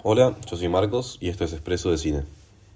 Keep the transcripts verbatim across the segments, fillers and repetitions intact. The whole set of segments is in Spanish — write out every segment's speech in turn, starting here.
Hola, yo soy Marcos y esto es Expreso de Cine.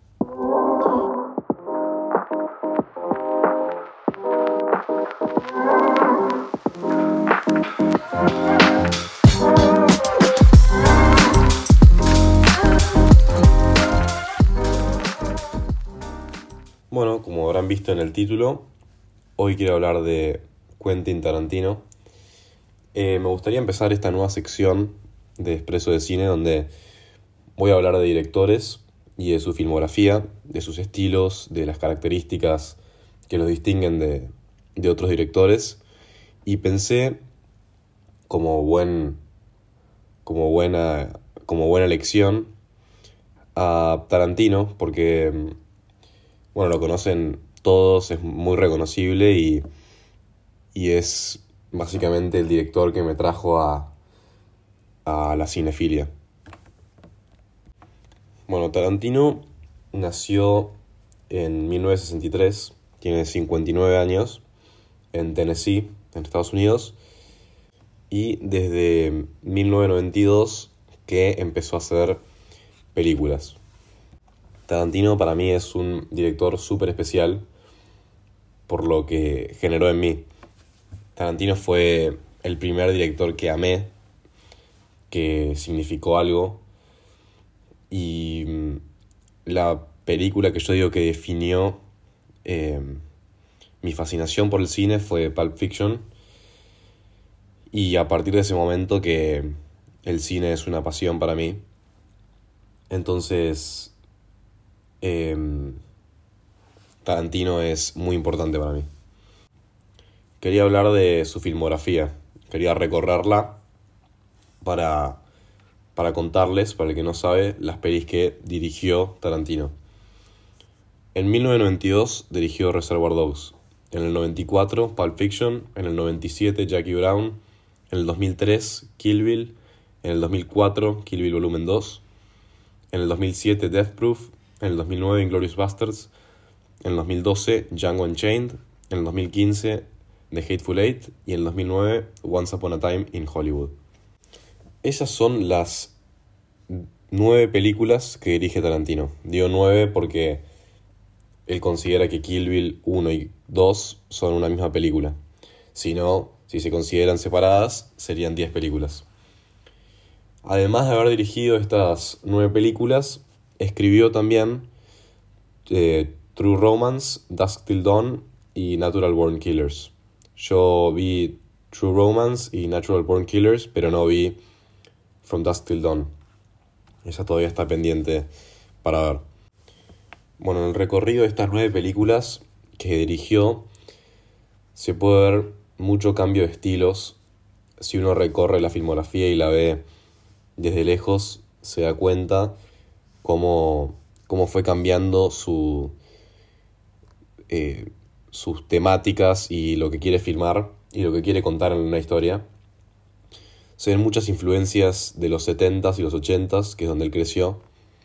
Bueno, como habrán visto en el título, hoy quiero hablar de Quentin Tarantino. Eh, me gustaría empezar esta nueva sección de Expreso de Cine donde voy a hablar de directores y de su filmografía, de sus estilos, de las características que los distinguen de, de otros directores. Y pensé, como, buen, como, buena, como buena elección, a Tarantino, porque, bueno, lo conocen todos, es muy reconocible y, y es básicamente el director que me trajo a, a la cinefilia. Bueno, Tarantino nació en mil novecientos sesenta y tres, tiene cincuenta y nueve años, en Tennessee, en Estados Unidos, y desde mil novecientos noventa y dos que empezó a hacer películas. Tarantino para mí es un director súper especial por lo que generó en mí. Tarantino fue el primer director que amé, que significó algo, y la película que yo digo que definió eh, mi fascinación por el cine fue Pulp Fiction, y a partir de ese momento que el cine es una pasión para mí. Entonces eh, Tarantino es muy importante para mí. Quería hablar de su filmografía, quería recorrerla para, para contarles, para el que no sabe, las pelis que dirigió Tarantino. En mil novecientos noventa y dos dirigió Reservoir Dogs, en el noventa y cuatro Pulp Fiction, en el noventa y siete Jackie Brown, en el dos mil tres Kill Bill, en el dos mil cuatro Kill Bill Volumen dos, en el dos mil siete Death Proof, en el dos mil nueve Inglourious Basterds, en el dos mil doce Django Unchained, en el dos mil quince The Hateful Eight y en el dos mil nueve Once Upon a Time in Hollywood. Esas son las nueve películas que dirige Tarantino. Digo nueve porque él considera que Kill Bill uno y dos son una misma película. Si no, si se consideran separadas, serían diez películas. Además de haber dirigido estas nueve películas, escribió también eh, True Romance, Dusk Till Dawn y Natural Born Killers. Yo vi True Romance y Natural Born Killers, pero no vi From Dusk Till Dawn. Esa todavía está pendiente para ver. Bueno, en el recorrido de estas nueve películas que dirigió, se puede ver mucho cambio de estilos. Si uno recorre la filmografía y la ve desde lejos, se da cuenta cómo, cómo fue cambiando su... Eh, sus temáticas y lo que quiere filmar y lo que quiere contar en una historia. Se ven muchas influencias de los setentas y los ochentas, que es donde él creció.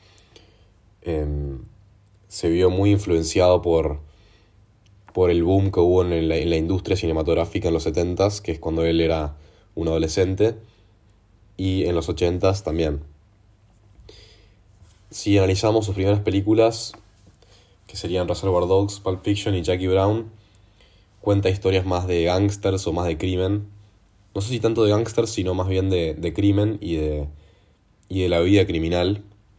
Eh, se vio muy influenciado por, por el boom que hubo en la, en la industria cinematográfica en los setentas, que es cuando él era un adolescente, y en los ochentas también. Si analizamos sus primeras películas, que serían Reservoir Dogs, Pulp Fiction y Jackie Brown, cuenta historias más de gángsters o más de crimen. No sé si tanto de gángsters, sino más bien de, de crimen y de, y de la vida criminal.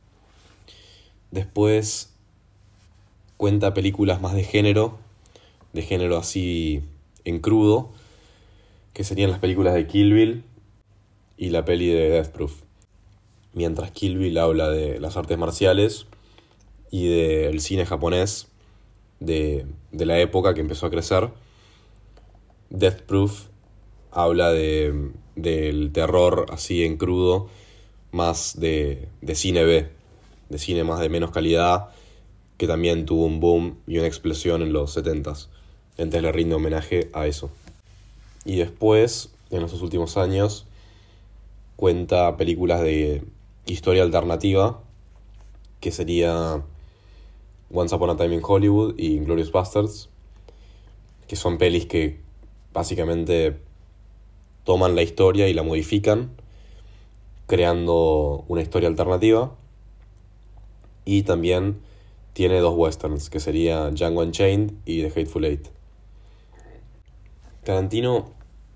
Después cuenta películas más de género, de género así en crudo, que serían las películas de Kill Bill y la peli de Death Proof. Mientras Kill Bill habla de las artes marciales y del cine japonés de, de la época que empezó a crecer, Death Proof habla de, del terror así en crudo, más de, de cine B, de cine más de menos calidad, que también tuvo un boom y una explosión en los setentas. Entonces le rinde homenaje a eso. Y después, en los últimos años, cuenta películas de historia alternativa, que sería Once Upon a Time in Hollywood y Inglourious Basterds, que son pelis que básicamente toman la historia y la modifican creando una historia alternativa. Y también tiene dos westerns, que sería Django Unchained y The Hateful Eight. Tarantino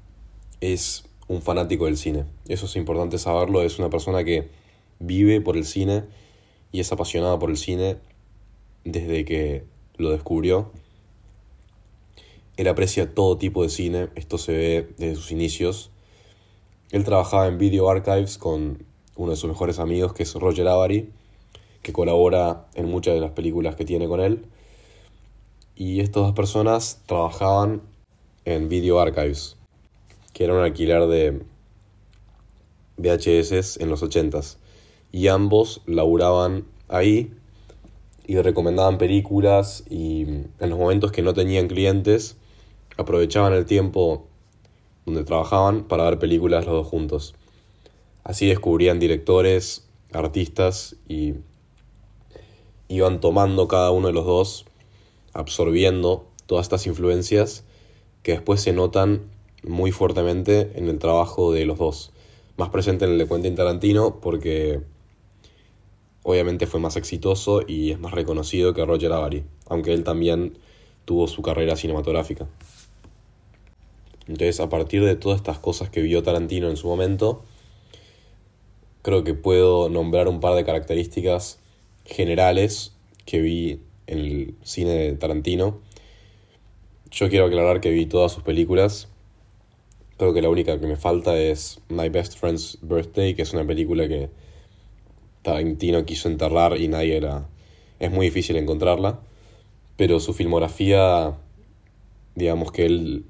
es un fanático del cine, eso es importante saberlo, es una persona que vive por el cine y es apasionada por el cine desde que lo descubrió. Él aprecia todo tipo de cine, esto se ve desde sus inicios. Él trabajaba en Video Archives con uno de sus mejores amigos, que es Roger Avary, que colabora en muchas de las películas que tiene con él. Y estas dos personas trabajaban en Video Archives, que era un alquiler de V H S en los ochentas. Y ambos laburaban ahí y recomendaban películas, y en los momentos que no tenían clientes aprovechaban el tiempo donde trabajaban para ver películas los dos juntos. Así descubrían directores, artistas, y iban tomando cada uno de los dos, absorbiendo todas estas influencias que después se notan muy fuertemente en el trabajo de los dos. Más presente en el de Quentin Tarantino porque obviamente fue más exitoso y es más reconocido que Roger Avary, aunque él también tuvo su carrera cinematográfica. Entonces, a partir de todas estas cosas que vio Tarantino en su momento, creo que puedo nombrar un par de características generales que vi en el cine de Tarantino. Yo quiero aclarar que vi todas sus películas. Creo que la única que me falta es My Best Friend's Birthday, que es una película que Tarantino quiso enterrar y nadie la... es muy difícil encontrarla. Pero su filmografía, digamos que él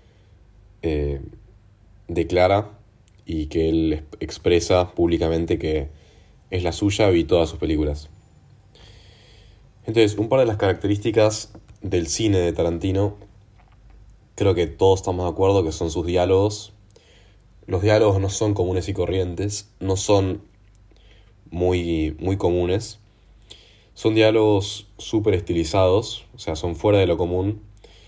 eh, declara y que él expresa públicamente que es la suya, vi todas sus películas. Entonces, un par de las características del cine de Tarantino, creo que todos estamos de acuerdo que son sus diálogos. Los diálogos no son comunes y corrientes, no son muy, muy comunes. Son diálogos súper estilizados, o sea, son fuera de lo común.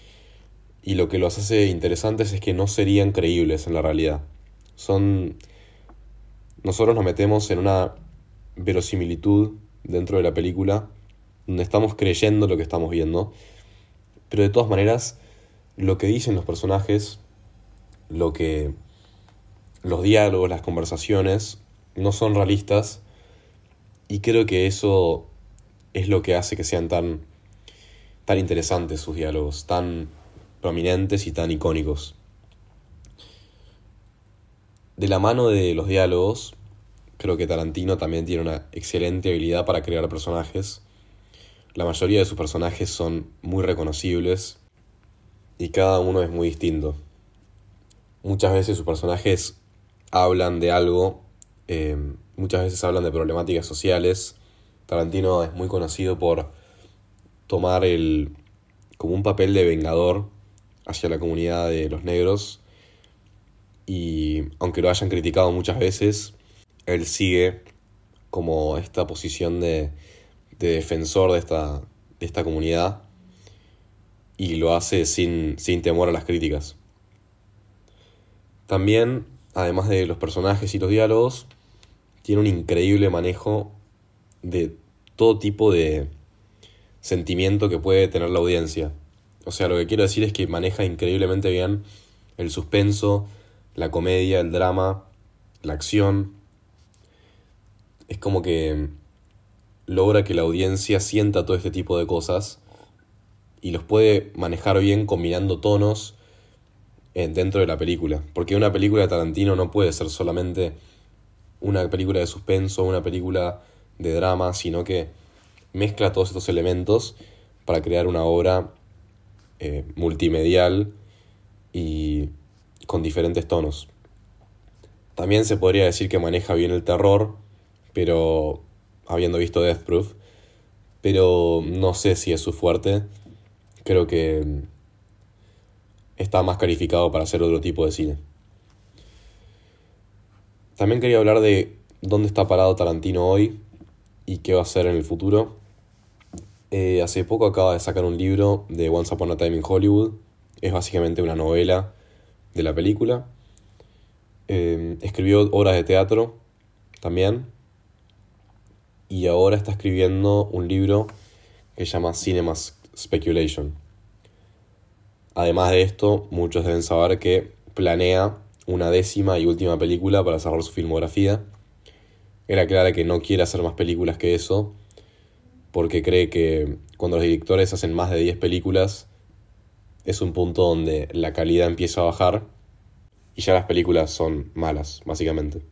Y lo que los hace interesantes es que no serían creíbles en la realidad. Son... Nosotros nos metemos en una verosimilitud dentro de la película, donde estamos creyendo lo que estamos viendo. Pero de todas maneras, lo que dicen los personajes, lo que... los diálogos, las conversaciones, no son realistas. Y creo que eso es lo que hace que sean tan, tan interesantes sus diálogos, tan prominentes y tan icónicos. De la mano de los diálogos, creo que Tarantino también tiene una excelente habilidad para crear personajes. La mayoría de sus personajes son muy reconocibles y cada uno es muy distinto. Muchas veces sus personajes hablan de algo, eh, muchas veces hablan de problemáticas sociales. Tarantino es muy conocido por tomar el como un papel de vengador hacia la comunidad de los negros, y aunque lo hayan criticado muchas veces, él sigue como esta posición de, de defensor de esta, de esta comunidad, y lo hace sin, sin temor a las críticas. También, además de los personajes y los diálogos, tiene un increíble manejo de todo tipo de sentimiento que puede tener la audiencia. O sea, lo que quiero decir es que maneja increíblemente bien el suspenso, la comedia, el drama, la acción. Es como que logra que la audiencia sienta todo este tipo de cosas y los puede manejar bien combinando tonos dentro de la película. Porque una película de Tarantino no puede ser solamente una película de suspenso, una película de drama, sino que mezcla todos estos elementos para crear una obra eh, multimedial y con diferentes tonos. También se podría decir que maneja bien el terror, pero habiendo visto Death Proof, pero no sé si es su fuerte. Creo que está más calificado para hacer otro tipo de cine. También quería hablar de dónde está parado Tarantino hoy y qué va a hacer en el futuro. Eh, hace poco acaba de sacar un libro de Once Upon a Time in Hollywood. Es básicamente una novela de la película. Eh, escribió obras de teatro también. Y ahora está escribiendo un libro que se llama Cinema Speculation. Además de esto, muchos deben saber que planea una décima y última película para cerrar su filmografía. Él aclara que no quiere hacer más películas que eso, porque cree que cuando los directores hacen más de diez películas, es un punto donde la calidad empieza a bajar y ya las películas son malas, básicamente.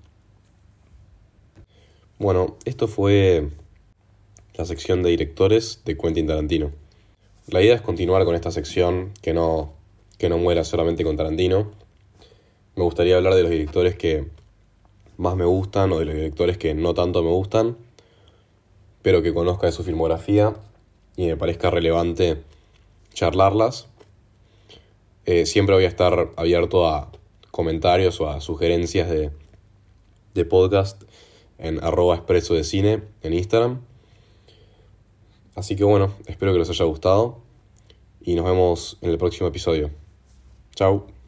Bueno, esto fue la sección de directores de Quentin Tarantino. La idea es continuar con esta sección, que no, que no muera solamente con Tarantino. Me gustaría hablar de los directores que más me gustan o de los directores que no tanto me gustan, pero que conozca de su filmografía y me parezca relevante charlarlas. Eh, siempre voy a estar abierto a comentarios o a sugerencias de, de podcast en arroba expreso de cine en Instagram. Así que bueno, espero que les haya gustado y nos vemos en el próximo episodio. Chau.